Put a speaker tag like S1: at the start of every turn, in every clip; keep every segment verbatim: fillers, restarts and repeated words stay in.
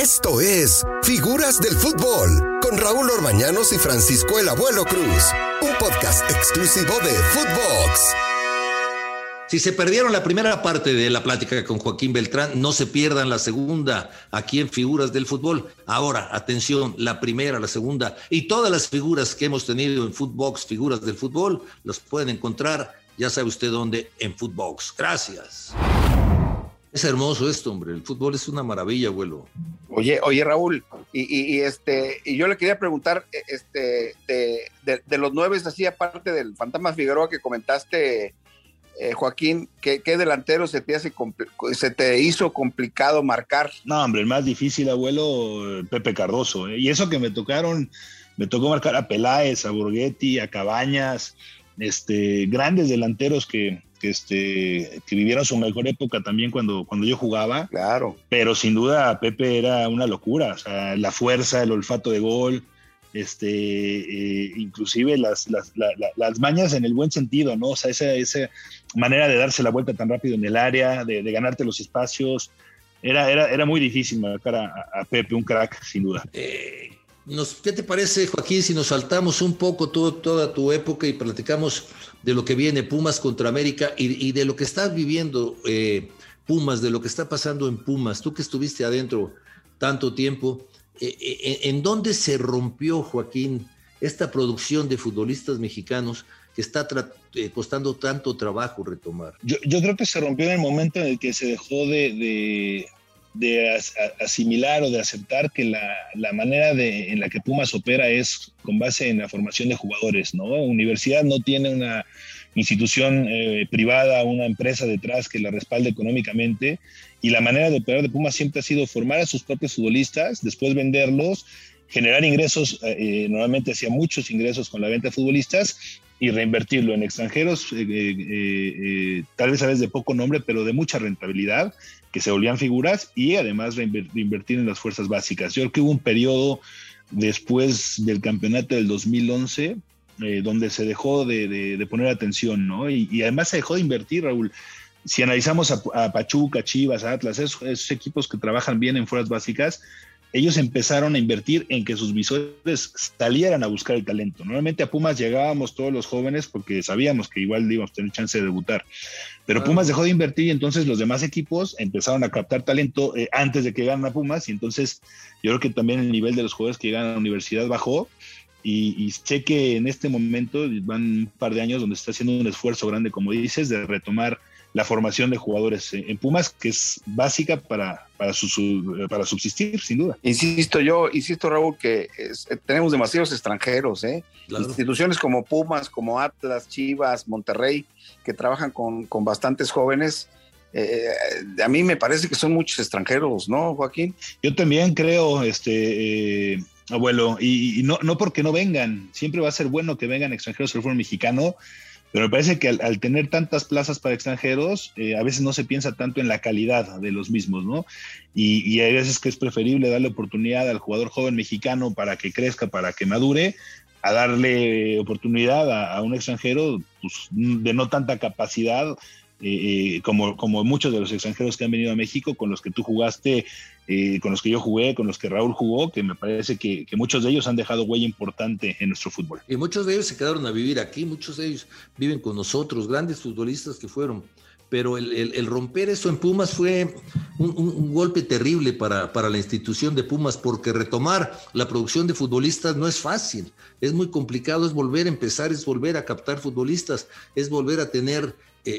S1: Esto es Figuras del Fútbol con Raúl Orbañanos y Francisco el Abuelo Cruz, un podcast exclusivo de Footbox.
S2: Si se perdieron la primera parte de la plática con Joaquín Beltrán, no se pierdan la segunda aquí en Figuras del Fútbol. Ahora, atención, la primera, la segunda y todas las figuras que hemos tenido en Footbox, Figuras del Fútbol, las pueden encontrar, ya sabe usted dónde, en Footbox. Gracias. Es hermoso esto, hombre. El fútbol es una maravilla, abuelo.
S3: Oye, oye, Raúl, y, y, y este, y yo le quería preguntar, este, de, de, de los nueve, así aparte del Fantasma Figueroa que comentaste, eh, Joaquín, ¿qué, qué delantero se te hace compl- se te hizo complicado marcar?
S4: No, hombre, el más difícil, abuelo, Pepe Cardoso, ¿eh? Y eso que me tocaron, me tocó marcar a Peláez, a Borghetti, a Cabañas, este, grandes delanteros que que, este, que vivieron su mejor época también cuando, cuando yo jugaba.
S3: Claro.
S4: Pero sin duda Pepe era una locura, o sea, la fuerza, el olfato de gol, este, eh, inclusive las, las, la, la, las mañas en el buen sentido, ¿no? O sea, esa, esa manera de darse la vuelta tan rápido en el área, de, de ganarte los espacios, era, era, era muy difícil marcar a, a Pepe, un crack, sin duda.
S2: Eh... Nos, ¿Qué te parece, Joaquín, si nos saltamos un poco todo, toda tu época y platicamos de lo que viene Pumas contra América y, y de lo que estás viviendo eh, Pumas, de lo que está pasando en Pumas? Tú que estuviste adentro tanto tiempo, eh, eh, ¿en dónde se rompió, Joaquín, esta producción de futbolistas mexicanos que está tra- eh, costando tanto trabajo retomar?
S4: Yo, yo creo que se rompió en el momento en el que se dejó de... de... de as, asimilar o de aceptar que la, la manera de, en la que Pumas opera es con base en la formación de jugadores, ¿no? Universidad no tiene una institución eh, privada, una empresa detrás que la respalde económicamente, y la manera de operar de Pumas siempre ha sido formar a sus propios futbolistas, después venderlos, generar ingresos, eh, normalmente hacía muchos ingresos con la venta de futbolistas, y reinvertirlo en extranjeros, eh, eh, eh, tal vez a veces de poco nombre, pero de mucha rentabilidad, que se volvían figuras, y además reinvertir en las fuerzas básicas. Yo creo que hubo un periodo después del campeonato del dos mil once, eh, donde se dejó de, de, de poner atención, ¿no? Y, y además se dejó de invertir, Raúl. Si analizamos a, a Pachuca, Chivas, Atlas, esos, esos equipos que trabajan bien en fuerzas básicas, ellos empezaron a invertir en que sus visores salieran a buscar el talento. Normalmente a Pumas llegábamos todos los jóvenes porque sabíamos que igual íbamos a tener chance de debutar. Pero Pumas dejó de invertir y entonces los demás equipos empezaron a captar talento eh, antes de que llegaran a Pumas, y entonces yo creo que también el nivel de los jugadores que llegan a la universidad bajó, y, y sé que en este momento van un par de años donde se está haciendo un esfuerzo grande, como dices, de retomar la formación de jugadores en Pumas, que es básica para, para, su, su, para subsistir, sin duda.
S3: Insisto yo, insisto, Raúl, que es, tenemos demasiados extranjeros, ¿eh? Claro. Instituciones como Pumas, como Atlas, Chivas, Monterrey, que trabajan con, con bastantes jóvenes. Eh, a mí me parece que son muchos extranjeros, ¿no, Joaquín?
S4: Yo también creo, este... Eh... abuelo, y, y no, no porque no vengan, siempre va a ser bueno que vengan extranjeros al fútbol mexicano, pero me parece que al, al tener tantas plazas para extranjeros, eh, a veces no se piensa tanto en la calidad de los mismos, ¿no? Y, y hay veces que es preferible darle oportunidad al jugador joven mexicano para que crezca, para que madure, a darle oportunidad a, a un extranjero pues, de no tanta capacidad, Eh, eh, como, como muchos de los extranjeros que han venido a México, con los que tú jugaste, eh, con los que yo jugué, con los que Raúl jugó, que me parece que, que muchos de ellos han dejado huella importante en nuestro fútbol.
S2: Y muchos de ellos se quedaron a vivir aquí, muchos de ellos viven con nosotros, grandes futbolistas que fueron, pero el, el, el romper eso en Pumas fue un, un, un golpe terrible para, para la institución de Pumas, porque retomar la producción de futbolistas no es fácil, es muy complicado, es volver a empezar, es volver a captar futbolistas, es volver a tener Eh,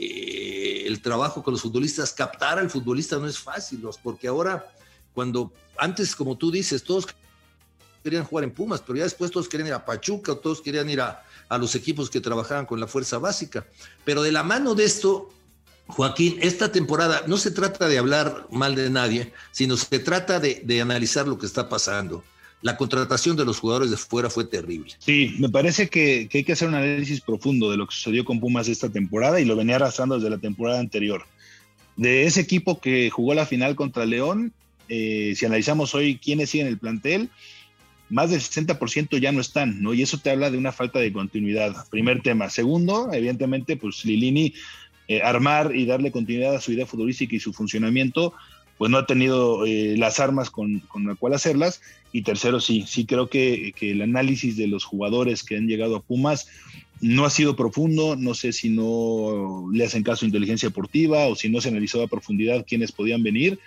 S2: eh, el trabajo con los futbolistas. Captar al futbolista no es fácil, porque ahora, cuando antes, como tú dices, todos querían jugar en Pumas, pero ya después todos querían ir a Pachuca, o todos querían ir a, a los equipos que trabajaban con la fuerza básica. Pero de la mano de esto, Joaquín, esta temporada no se trata de hablar mal de nadie, sino se trata de, de analizar lo que está pasando. La contratación de los jugadores de fuera fue terrible.
S4: Sí, me parece que, que hay que hacer un análisis profundo de lo que sucedió con Pumas esta temporada, y lo venía arrastrando desde la temporada anterior. De ese equipo que jugó la final contra León, eh, si analizamos hoy quiénes siguen el plantel, más del sesenta por ciento ya no están, ¿no? Y eso te habla de una falta de continuidad. Primer tema. Segundo, evidentemente, pues Lilini, eh, armar y darle continuidad a su idea futbolística y su funcionamiento, pues no ha tenido eh, las armas con, con la cual hacerlas. Y tercero, sí, sí creo que, que el análisis de los jugadores que han llegado a Pumas no ha sido profundo. No sé si no le hacen caso a inteligencia deportiva o si no se analizó a profundidad quiénes podían venir,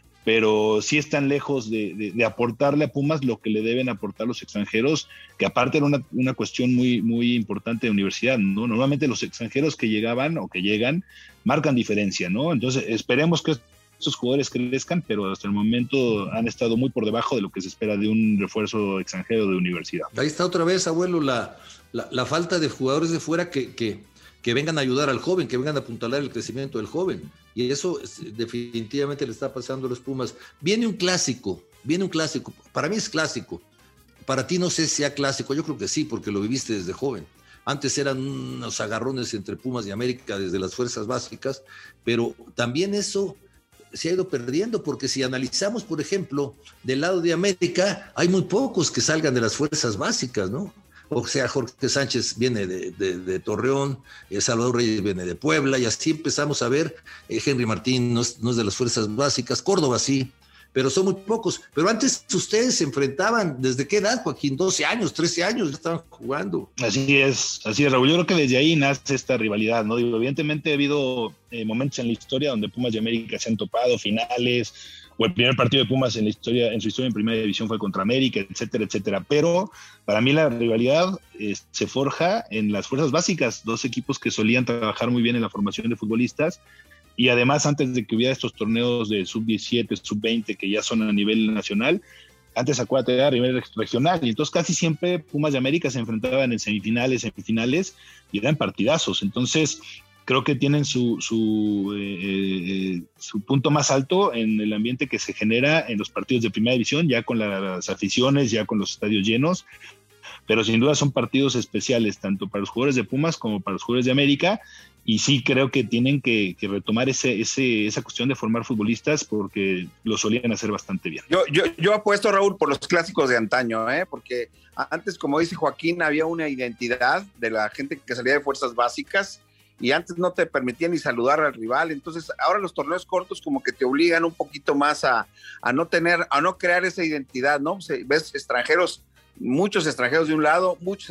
S4: pero sí están lejos de, de, de aportarle a Pumas lo que le deben aportar los extranjeros, que aparte era una, una cuestión muy, muy importante de universidad, ¿no? Normalmente los extranjeros que llegaban o que llegan marcan diferencia, ¿no? Entonces esperemos que estos jugadores crezcan, pero hasta el momento han estado muy por debajo de lo que se espera de un refuerzo extranjero de universidad.
S2: Ahí está otra vez, abuelo, la, la, la falta de jugadores de fuera que, que, que vengan a ayudar al joven, que vengan a apuntalar el crecimiento del joven. Y eso definitivamente le está pasando a los Pumas. Viene un clásico, viene un clásico. Para mí es clásico. Para ti no sé si sea clásico, yo creo que sí, porque lo viviste desde joven. Antes eran unos agarrones entre Pumas y América desde las fuerzas básicas, pero también eso se ha ido perdiendo, porque si analizamos, por ejemplo, del lado de América, hay muy pocos que salgan de las fuerzas básicas, ¿no? O sea, Jorge Sánchez viene de, de, de Torreón, eh, Salvador Reyes viene de Puebla, y así empezamos a ver, eh, Henry Martín no es, no es de las fuerzas básicas, Córdoba sí, pero son muy pocos. Pero antes ustedes se enfrentaban, ¿desde qué edad, Joaquín? doce años, trece años, ya estaban jugando.
S4: Así es, así es, Raúl. Yo creo que desde ahí nace esta rivalidad, ¿no? Digo, evidentemente ha habido eh, momentos en la historia donde Pumas y América se han topado, finales, o el primer partido de Pumas en la historia, en su historia en primera división fue contra América, etcétera, etcétera. Pero para mí la rivalidad eh, se forja en las fuerzas básicas, dos equipos que solían trabajar muy bien en la formación de futbolistas. Y además, antes de que hubiera estos torneos de sub diecisiete, sub veinte, que ya son a nivel nacional, antes acuérdate era a nivel regional, y entonces casi siempre Pumas de América se enfrentaban en semifinales, semifinales, y eran partidazos. Entonces, creo que tienen su, su, eh, eh, su punto más alto en el ambiente que se genera en los partidos de primera división, ya con las aficiones, ya con los estadios llenos, pero sin duda son partidos especiales, tanto para los jugadores de Pumas como para los jugadores de América. Y sí creo que tienen que, que retomar ese, ese, esa cuestión de formar futbolistas, porque lo solían hacer bastante bien.
S3: Yo, yo, yo apuesto, Raúl, por los clásicos de antaño, ¿eh? Porque antes, como dice Joaquín, había una identidad de la gente que salía de fuerzas básicas y antes no te permitían ni saludar al rival. Entonces ahora los torneos cortos como que te obligan un poquito más a, a no tener, a no crear esa identidad, ¿no? Se, ves extranjeros, muchos extranjeros de un lado, muchos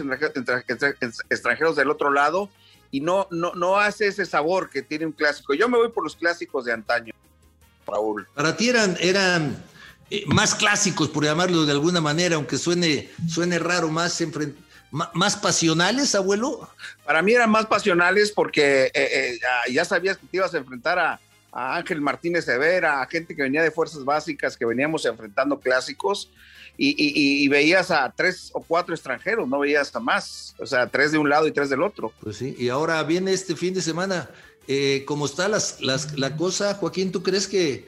S3: extranjeros del otro lado, y no, no, no hace ese sabor que tiene un clásico. Yo me voy por los clásicos de antaño, Raúl.
S2: Para ti eran, eran eh, más clásicos, por llamarlo de alguna manera, aunque suene, suene raro, más, enfrent- más, más pasionales, abuelo.
S3: Para mí eran más pasionales porque eh, eh, ya sabías que te ibas a enfrentar a, a Ángel Martínez Severa, a gente que venía de fuerzas básicas, que veníamos enfrentando clásicos, y, y, y veías a tres o cuatro extranjeros, no veías a más, o sea, tres de un lado y tres del otro.
S2: Pues sí, y ahora viene este fin de semana, eh, ¿cómo está las, las, la cosa, Joaquín? ¿Tú crees que eh,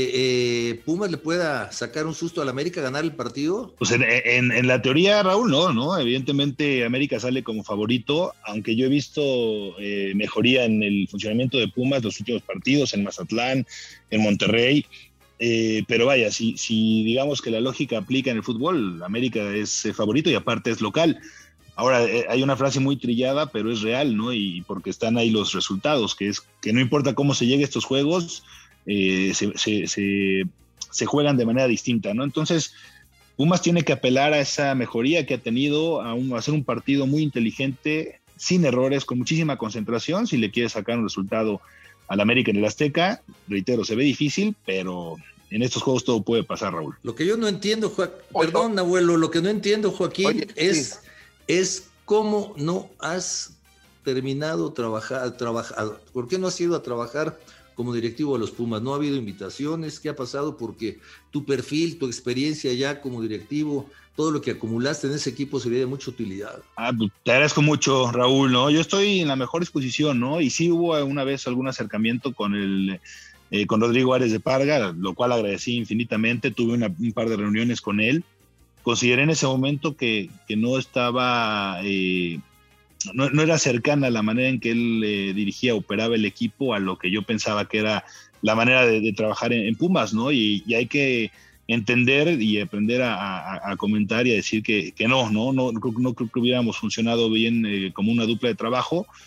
S2: eh, Pumas le pueda sacar un susto al América, ganar el partido?
S4: Pues en, en, en la teoría, Raúl, no, ¿no? Evidentemente América sale como favorito, aunque yo he visto eh, mejoría en el funcionamiento de Pumas los últimos partidos, en Mazatlán, en Monterrey. Eh, pero vaya, si, si digamos que la lógica aplica en el fútbol, América es eh, favorito y aparte es local. Ahora, eh, hay una frase muy trillada, pero es real, ¿no? Y porque están ahí los resultados, que es que no importa cómo se llegue a estos juegos, eh, se, se, se, se juegan de manera distinta, ¿no? Entonces, Pumas tiene que apelar a esa mejoría que ha tenido, a, un, a hacer un partido muy inteligente, sin errores, con muchísima concentración, si le quiere sacar un resultado al América en el Azteca. Reitero, se ve difícil, pero en estos juegos todo puede pasar, Raúl.
S2: Lo que yo no entiendo, Joaquín, perdón, abuelo, lo que no entiendo, Joaquín, Oye, es, sí. es cómo no has terminado trabajar, trabajar, ¿por qué no has ido a trabajar como directivo de los Pumas? ¿No ha habido invitaciones? ¿Qué ha pasado? Porque tu perfil, tu experiencia ya como directivo, todo lo que acumulaste en ese equipo sería de mucha utilidad.
S4: Ah, pues te agradezco mucho, Raúl, ¿no? Yo estoy en la mejor disposición, ¿no? Y sí hubo una vez algún acercamiento con el eh, con Rodrigo Árez de Parga, lo cual agradecí infinitamente. Tuve una, un par de reuniones con él. Consideré en ese momento que, que no estaba, eh, no, no era cercana la manera en que él eh, dirigía, operaba el equipo a lo que yo pensaba que era la manera de, de trabajar en, en Pumas, ¿no? Y, y hay que entender y aprender a, a, a comentar y a decir que, que no, no, no, no, no creo que hubiéramos funcionado bien eh, como una dupla de trabajo.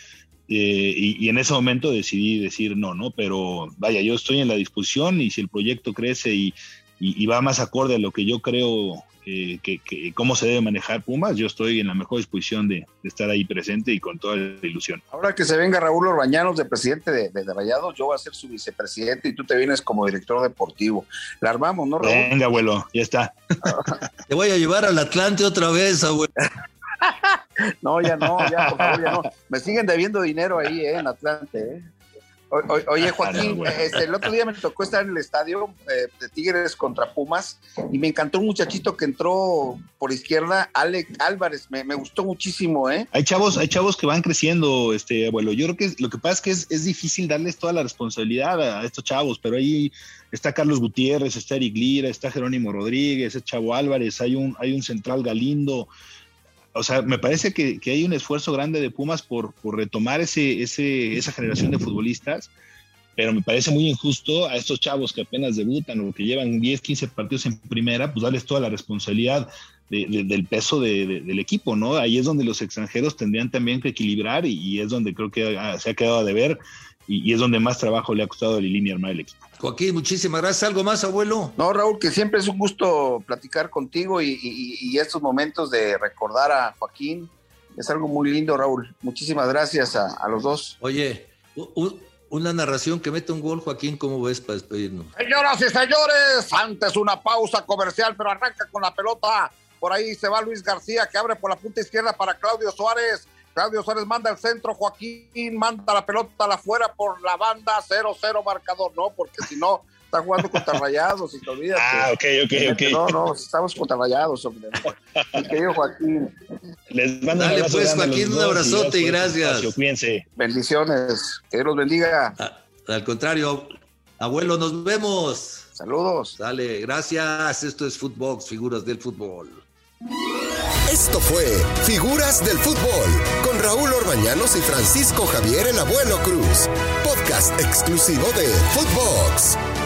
S4: Eh, y, y en ese momento decidí decir no, ¿no? Pero vaya, yo estoy en la disposición y si el proyecto crece y, y, y va más acorde a lo que yo creo eh, que, que cómo se debe manejar Pumas, yo estoy en la mejor disposición de, de estar ahí presente y con toda la ilusión.
S3: Ahora que se venga Raúl Orbañanos de presidente de, de, de Rayados, yo voy a ser su vicepresidente y tú te vienes como director deportivo. La armamos, ¿no, Raúl?
S4: Venga, abuelo, ya está.
S2: Te voy a llevar al Atlante otra vez, abuelo.
S3: No, ya no, ya, por favor, ya no. Me siguen debiendo dinero ahí, eh, en Atlante, eh. O, o, oye, Joaquín, este, el otro día me tocó estar en el estadio eh, de Tigres contra Pumas y me encantó un muchachito que entró por izquierda, Alec Álvarez, me, me gustó muchísimo, ¿eh?
S4: Hay chavos, hay chavos que van creciendo, este abuelo. Yo creo que lo que pasa es que es, es difícil darles toda la responsabilidad a, a estos chavos, pero ahí está Carlos Gutiérrez, está Eric Lira, está Jerónimo Rodríguez, es Chavo Álvarez, hay un, hay un central Galindo. O sea, me parece que, que hay un esfuerzo grande de Pumas por, por retomar ese, ese, esa generación de futbolistas, pero me parece muy injusto a estos chavos que apenas debutan o que llevan diez, quince partidos en primera, pues darles toda la responsabilidad de, de, del peso de, de, del equipo, ¿no? Ahí es donde los extranjeros tendrían también que equilibrar y, y es donde creo que ha, se ha quedado a deber y, y es donde más trabajo le ha costado a Lilini armar el equipo.
S2: Joaquín, muchísimas gracias. ¿Algo más, abuelo?
S3: No, Raúl, que siempre es un gusto platicar contigo y, y, y estos momentos de recordar a Joaquín es algo muy lindo, Raúl. Muchísimas gracias a, a los dos.
S2: Oye, un, una narración que mete un gol, Joaquín, ¿cómo ves para despedirnos?
S3: Señoras y señores, antes una pausa comercial, pero arranca con la pelota. Por ahí se va Luis García, que abre por la punta izquierda para Claudio Suárez. Claudio Suárez manda el centro, Joaquín manda la pelota a la afuera por la banda, cero cero marcador, ¿no? Porque si no, está jugando contra Rayados y te olvidas.
S4: Ah, ok, ok, ok.
S3: No, no, estamos contra Rayados, hombre. Mi querido Joaquín.
S4: Les mando
S2: Dale
S4: un abrazo
S2: pues,
S4: grande
S2: Joaquín, un
S4: a los dos
S2: abrazote y gracias.
S4: Espacio, cuídense.
S3: Bendiciones, que Dios los bendiga.
S2: Ah, al contrario, abuelo, nos vemos.
S3: Saludos.
S2: Dale, gracias. Esto es Footbox, figuras del fútbol.
S1: Esto fue Figuras del Fútbol con Raúl Orbañanos y Francisco Javier el Abuelo Cruz. Podcast exclusivo de Footbox.